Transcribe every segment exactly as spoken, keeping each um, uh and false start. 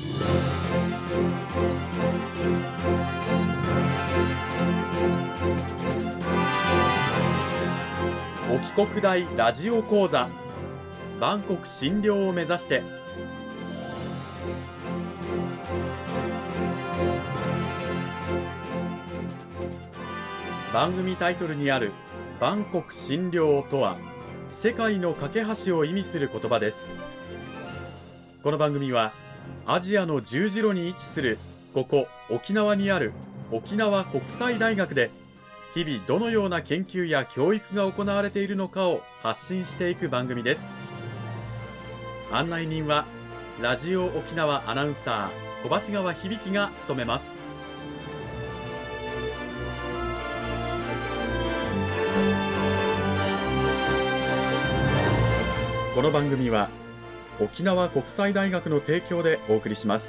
沖国大ラジオ講座、万国診療を目指して。番組タイトルにある万国診療とは、世界の架け橋を意味する言葉です。この番組はアジアの十字路に位置するここ沖縄にある沖縄国際大学で、日々どのような研究や教育が行われているのかを発信していく番組です。案内人はラジオ沖縄アナウンサー小橋川響が務めます。この番組は沖縄国際大学の提供でお送りします。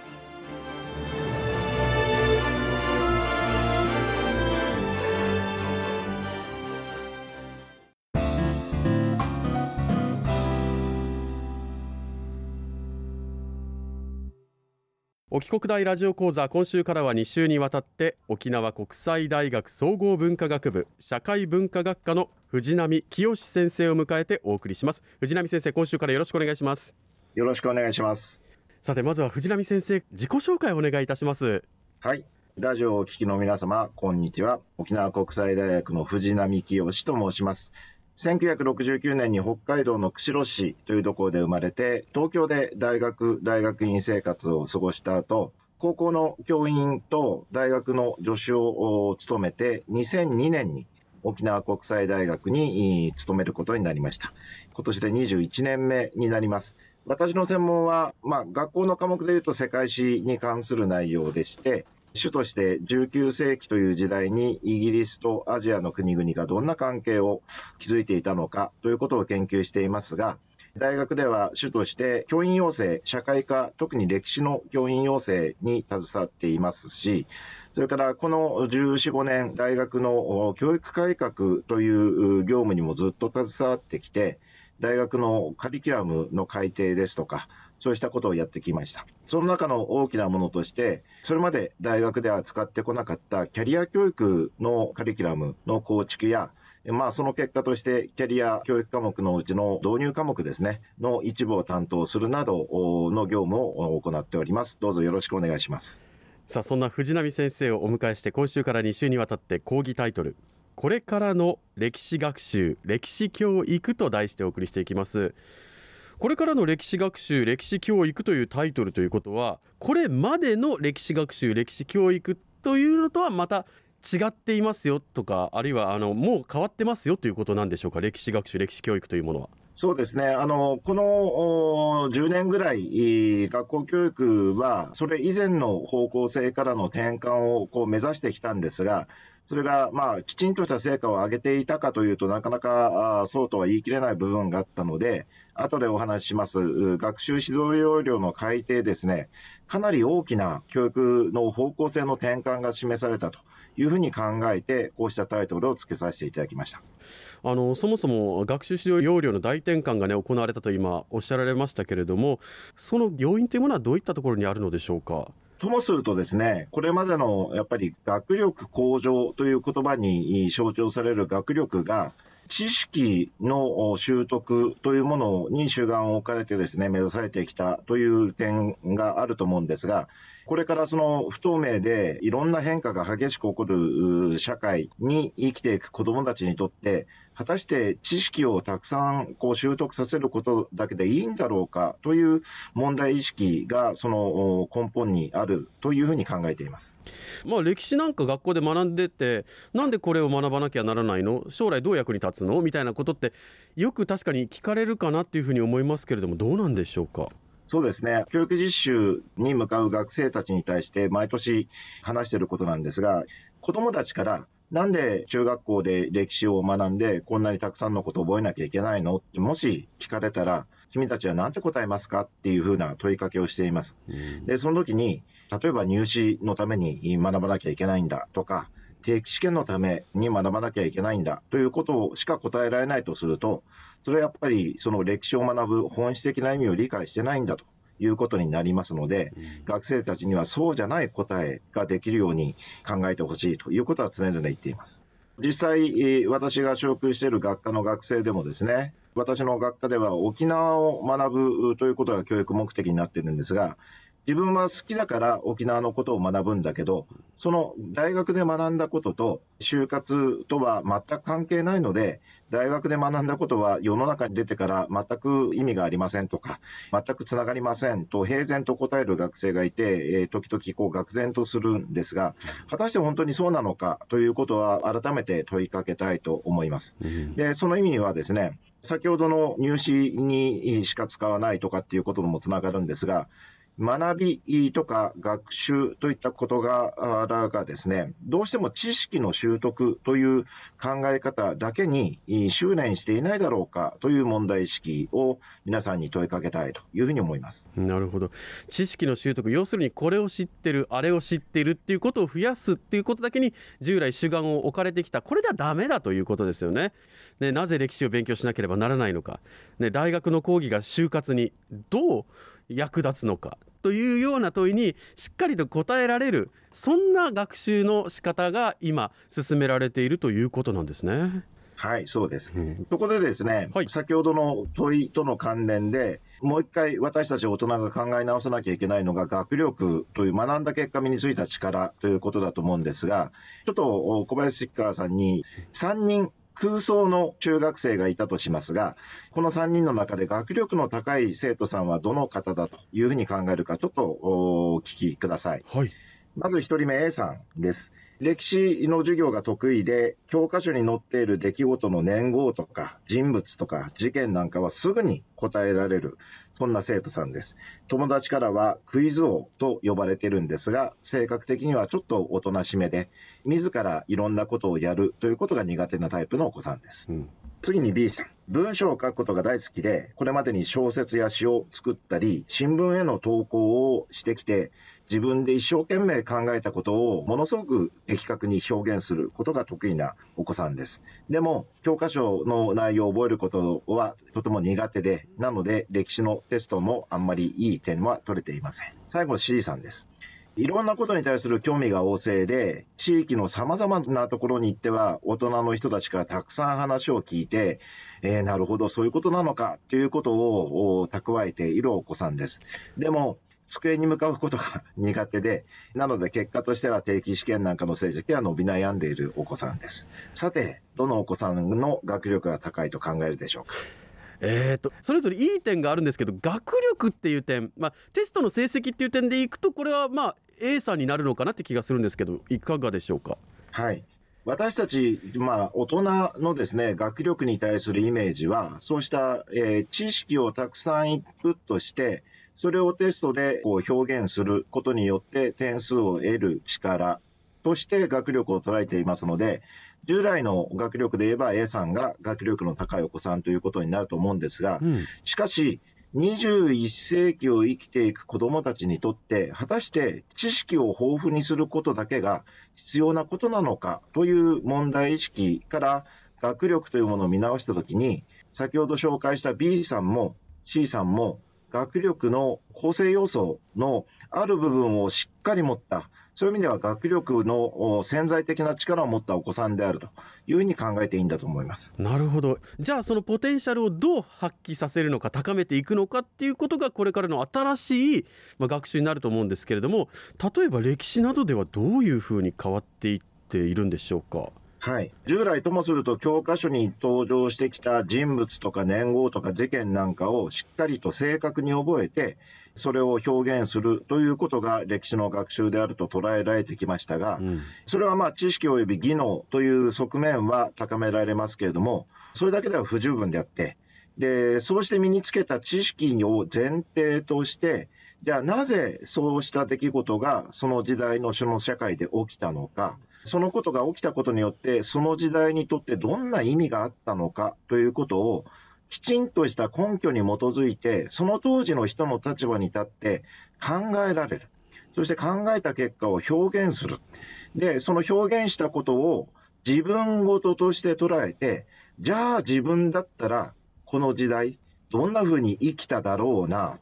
沖国大ラジオ講座、今週からはに週にわたって沖縄国際大学総合文化学部社会文化学科の藤波清先生を迎えてお送りします。藤波先生、今週からよろしくお願いします。 よろしくお願いします。 さて、まずは藤波先生、自己紹介をお願いいたします。 はい、ラジオをお聞きの皆様、こんにちは。沖縄国際大学の藤波清と申します。せんきゅうひゃくろくじゅうきゅうねんに北海道の釧路市というところで生まれて、東京で大学大学院生活を過ごした後、高校の教員と大学の助手を務めて、にせんにねんに沖縄国際大学に勤めることになりました。今年でにじゅういちねんめになります。私の専門は、まあ、学校の科目でいうと世界史に関する内容でして、主としてじゅうきゅうせいきという時代にイギリスとアジアの国々がどんな関係を築いていたのかということを研究していますが、大学では主として教員養成、社会科、特に歴史の教員養成に携わっていますし、それからこのじゅうよん、ごねん、大学の教育改革という業務にもずっと携わってきて、大学のカリキュラムの改定ですとか、そうしたことをやってきました。その中の大きなものとして、それまで大学では使ってこなかったキャリア教育のカリキュラムの構築や、まあその結果としてキャリア教育科目のうちの導入科目ですね、の一部を担当するなどの業務を行っております。どうぞよろしくお願いします。 さあ、そんな藤波先生をお迎えして、今週からに週にわたって講義タイトル、これからの歴史学習、歴史教育と題してお送りしていきます。これからの歴史学習、歴史教育というタイトルということは、これまでの歴史学習、歴史教育というのとはまた違っていますよとか、あるいはあのもう変わってますよということなんでしょうか。歴史学習、歴史教育というものは。 そうですね。あの、このじゅうねんぐらい、学校教育は、それ以前の方向性からの転換をこう目指してきたんですが、それが、まあ、きちんとした成果を上げていたかというとなかなかあそうとは言い切れない部分があったので、後でお話しします学習指導要領の改定ですね、かなり大きな教育の方向性の転換が示されたというふうに考えて、こうしたタイトルを付けさせていただきました。 あのそもそも学習指導要領の大転換が、ね、行われたと今おっしゃられましたけれども、その要因というものはどういったところにあるのでしょうか。 ともするとですね、これまでのやっぱり学力向上という言葉に象徴される学力が、知識の習得というものに主眼を置かれてですね、目指されてきたという点があると思うんですが、これからその不透明でいろんな変化が激しく起こる社会に生きていく子どもたちにとって、果たして知識をたくさんこう習得させることだけでいいんだろうかという問題意識がその根本にあるというふうに考えています。 まあ、歴史なんか学校で学んでて、なんでこれを学ばなきゃならないの、将来どう役に立つのみたいなことってよく確かに聞かれるかなっていうふうに思いますけれども、どうなんでしょうか。 そうですね。教育実習に向かう学生たちに対して毎年話していることなんですが、子どもたちからなんで中学校で歴史を学んでこんなにたくさんのことを覚えなきゃいけないのってもし聞かれたら、君たちは何て答えますかっていうふうな問いかけをしています。で、その時に例えば入試のために学ばなきゃいけないんだとか、定期試験のために学ばなきゃいけないんだということをしか答えられないとすると、それはやっぱりその歴史を学ぶ本質的な意味を理解してないんだということになりますので、うん、学生たちにはそうじゃない答えができるように考えてほしいということは常々言っています。実際、私が所属している学科の学生でもですね、私の学科では沖縄を学ぶということが教育目的になっているんですが、自分は好きだから沖縄のことを学ぶんだけど、その大学で学んだことと就活とは全く関係ないので、大学で学んだことは世の中に出てから全く意味がありませんとか、全くつながりませんと平然と答える学生がいて、えー、時々こう愕然とするんですが、果たして本当にそうなのかということは改めて問いかけたいと思います。うん、で、その意味はですね、先ほどの入試にしか使わないとかっていうこともつながるんですが、学びとか学習といった事柄がですね、どうしても知識の習得という考え方だけに執念していないだろうかという問題意識を皆さんに問いかけたいというふうに思います。 なるほど。知識の習得、要するにこれを知ってる、あれを知っているっていうことを増やすっていうことだけに従来主眼を置かれてきた。これではダメだということですよね。ね、なぜ歴史を勉強しなければならないのか、ね、大学の講義が就活にどう役立つのかというような問いにしっかりと答えられる、そんな学習の仕方が今進められているということなんですね。 はい、そうです、うん、そこでですね、 はい、 先ほどの問いとの関連でもう一回私たち大人が考え直さなきゃいけないのが学力という学んだ結果身についた力ということだと思うんですが、ちょっと小林川さんにさんにん空想の中学生がいたとしますが、このさんにんの中で学力の高い生徒さんはどの方だというふうに考えるか、ちょっとお聞きください。 はい、 まずひとりめ A さんです。歴史の授業が得意で、教科書に載っている出来事の年号とか人物とか事件なんかはすぐに答えられる、そんな生徒さんです。友達からはクイズ王と呼ばれているんですが、性格的にはちょっとおとなしめで、自らいろんなことをやるということが苦手なタイプのお子さんです。うん、次に B さん。文章を書くことが大好きで、これまでに小説や詩を作ったり、新聞への投稿をしてきて、自分で一生懸命考えたことをものすごく的確に表現することが得意なお子さんです。でも、教科書の内容を覚えることはとても苦手で、なので歴史のテストもあんまりいい点は取れていません。最後 C さんです。いろんなことに対する興味が旺盛で、地域の様々なところに行っては、大人の人たちからたくさん話を聞いて、えー、なるほど、そういうことなのかということを蓄えているお子さんです。でも、机に向かうことが苦手で、なので結果としては定期試験なんかの成績は伸び悩んでいるお子さんです。さて、どのお子さんの学力が高いと考えるでしょうか。 えーと、それぞれいい点があるんですけど、学力っていう点、まあ、テストの成績っていう点でいくと、これはまあ A さんになるのかなって気がするんですけど、いかがでしょうか。 はい。私たち、まあ、大人のですね、学力に対するイメージは、そうした、えー、知識をたくさんインプットして、それをテストでこう表現することによって点数を得る力として学力を捉えていますので、従来の学力で言えば A さんが学力の高いお子さんということになると思うんですが、うん、しかしにじゅういっ世紀を生きていく子どもたちにとって果たして知識を豊富にすることだけが必要なことなのかという問題意識から学力というものを見直したときに、先ほど紹介した B さんも C さんも学力の構成要素のある部分をしっかり持った、そういう意味では学力の潜在的な力を持ったお子さんであるというふうに考えていいんだと思います。 なるほど。じゃあそのポテンシャルをどう発揮させるのか、高めていくのかっていうことがこれからの新しい学習になると思うんですけれども、例えば歴史などではどういうふうに変わっていっているんでしょうか。 はい、従来ともすると教科書に登場してきた人物とか年号とか事件なんかをしっかりと正確に覚えて、それを表現するということが歴史の学習であると捉えられてきましたが、うん、それはまあ知識及び技能という側面は高められますけれども、それだけでは不十分であって、でそうして身につけた知識を前提として、じゃあなぜそうした出来事がその時代のその社会で起きたのか、そのことが起きたことによってその時代にとってどんな意味があったのかということをきちんとした根拠に基づいて、その当時の人の立場に立って考えられる。そして考えた結果を表現する。で、その表現したことを自分事として捉えて、じゃあ自分だったらこの時代どんな風に生きただろうな。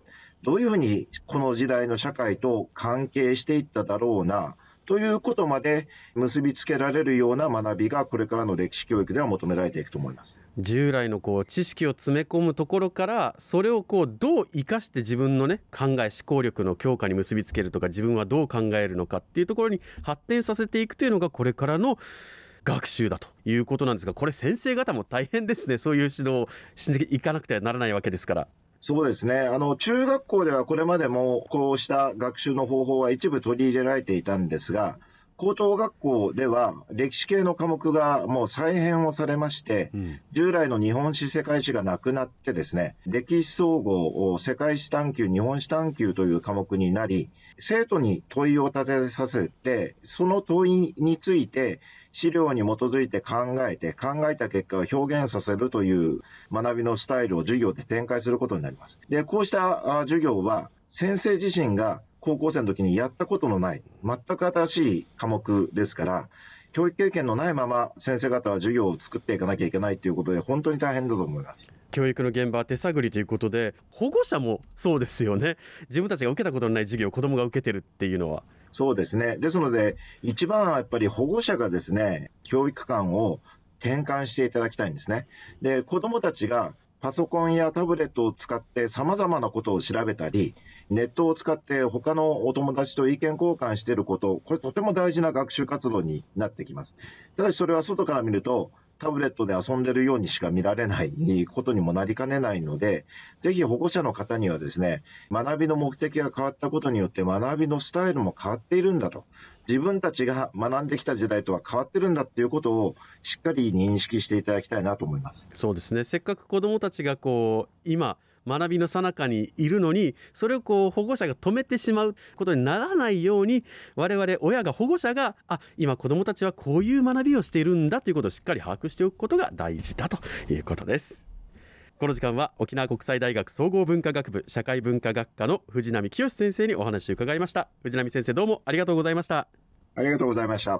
どういうふうにこの時代の社会と関係していっただろうなということまで結びつけられるような学びがこれからの歴史教育では求められていくと思います。 従来のこう知識を詰め込むところからそれをこうどう生かして自分のね考え思考力の強化に結びつけるとか、自分はどう考えるのかっていうところに発展させていくというのがこれからの学習だということなんですが、これ先生方も大変ですね。そういう指導をしていかなくてはならないわけですから。 そうですね。あの、中学校ではこれまでもこうした学習の方法は一部取り入れられていたんですが、高等学校では歴史系の科目がもう再編をされまして、うん、従来の日本史世界史がなくなってですね、歴史総合、世界史探究、日本史探究という科目になり、生徒に問いを立てさせて、その問いについて資料に基づいて考えて、考えた結果を表現させるという学びのスタイルを授業で展開することになります。で、こうした授業は先生自身が高校生の時にやったことのない、全く新しい科目ですから、教育経験のないまま先生方は授業を作っていかなきゃいけないということで、本当に大変だと思います。 教育の現場は手探りということで、保護者もそうですよね。自分たちが受けたことのない授業を子どもが受けてるっていうのは。 そうですね。ですので、一番はやっぱり保護者がですね、教育観を転換していただきたいんですね。で、子どもたちがパソコンやタブレットを使って様々なことを調べたり、ネットを使って他のお友達と意見交換していること、これとても大事な学習活動になってきます。ただしそれは外から見ると、タブレットで遊んでるようにしか見られないことにもなりかねないので、ぜひ保護者の方にはですね、学びの目的が変わったことによって学びのスタイルも変わっているんだと。自分たちが学んできた時代とは変わってるんだっていうことをしっかり認識していただきたいなと思います。 そうですね。せっかく子どもたちがこう今学びの最中にいるのに、それをこう保護者が止めてしまうことにならないように、我々親が保護者があ今子どもたちはこういう学びをしているんだということをしっかり把握しておくことが大事だということです。この時間は沖縄国際大学総合文化学部社会文化学科の藤波清先生にお話を伺いました。藤波先生、どうもありがとうございました。 ありがとうございました。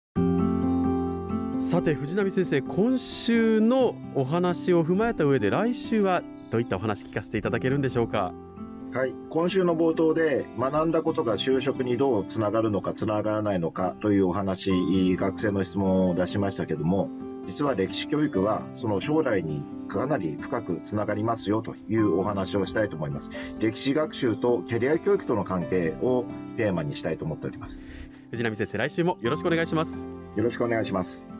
さて藤波先生、今週のお話を踏まえた上で来週はどういったお話聞かせていただけるんでしょうか。 はい、今週の冒頭で学んだことが就職にどうつながるのかつながらないのかというお話、学生の質問を出しましたけども、実は歴史教育はその将来にかなり深くつながりますよというお話をしたいと思います。歴史学習とキャリア教育との関係をテーマにしたいと思っております。 藤波先生、来週もよろしくお願いします。 よろしくお願いします。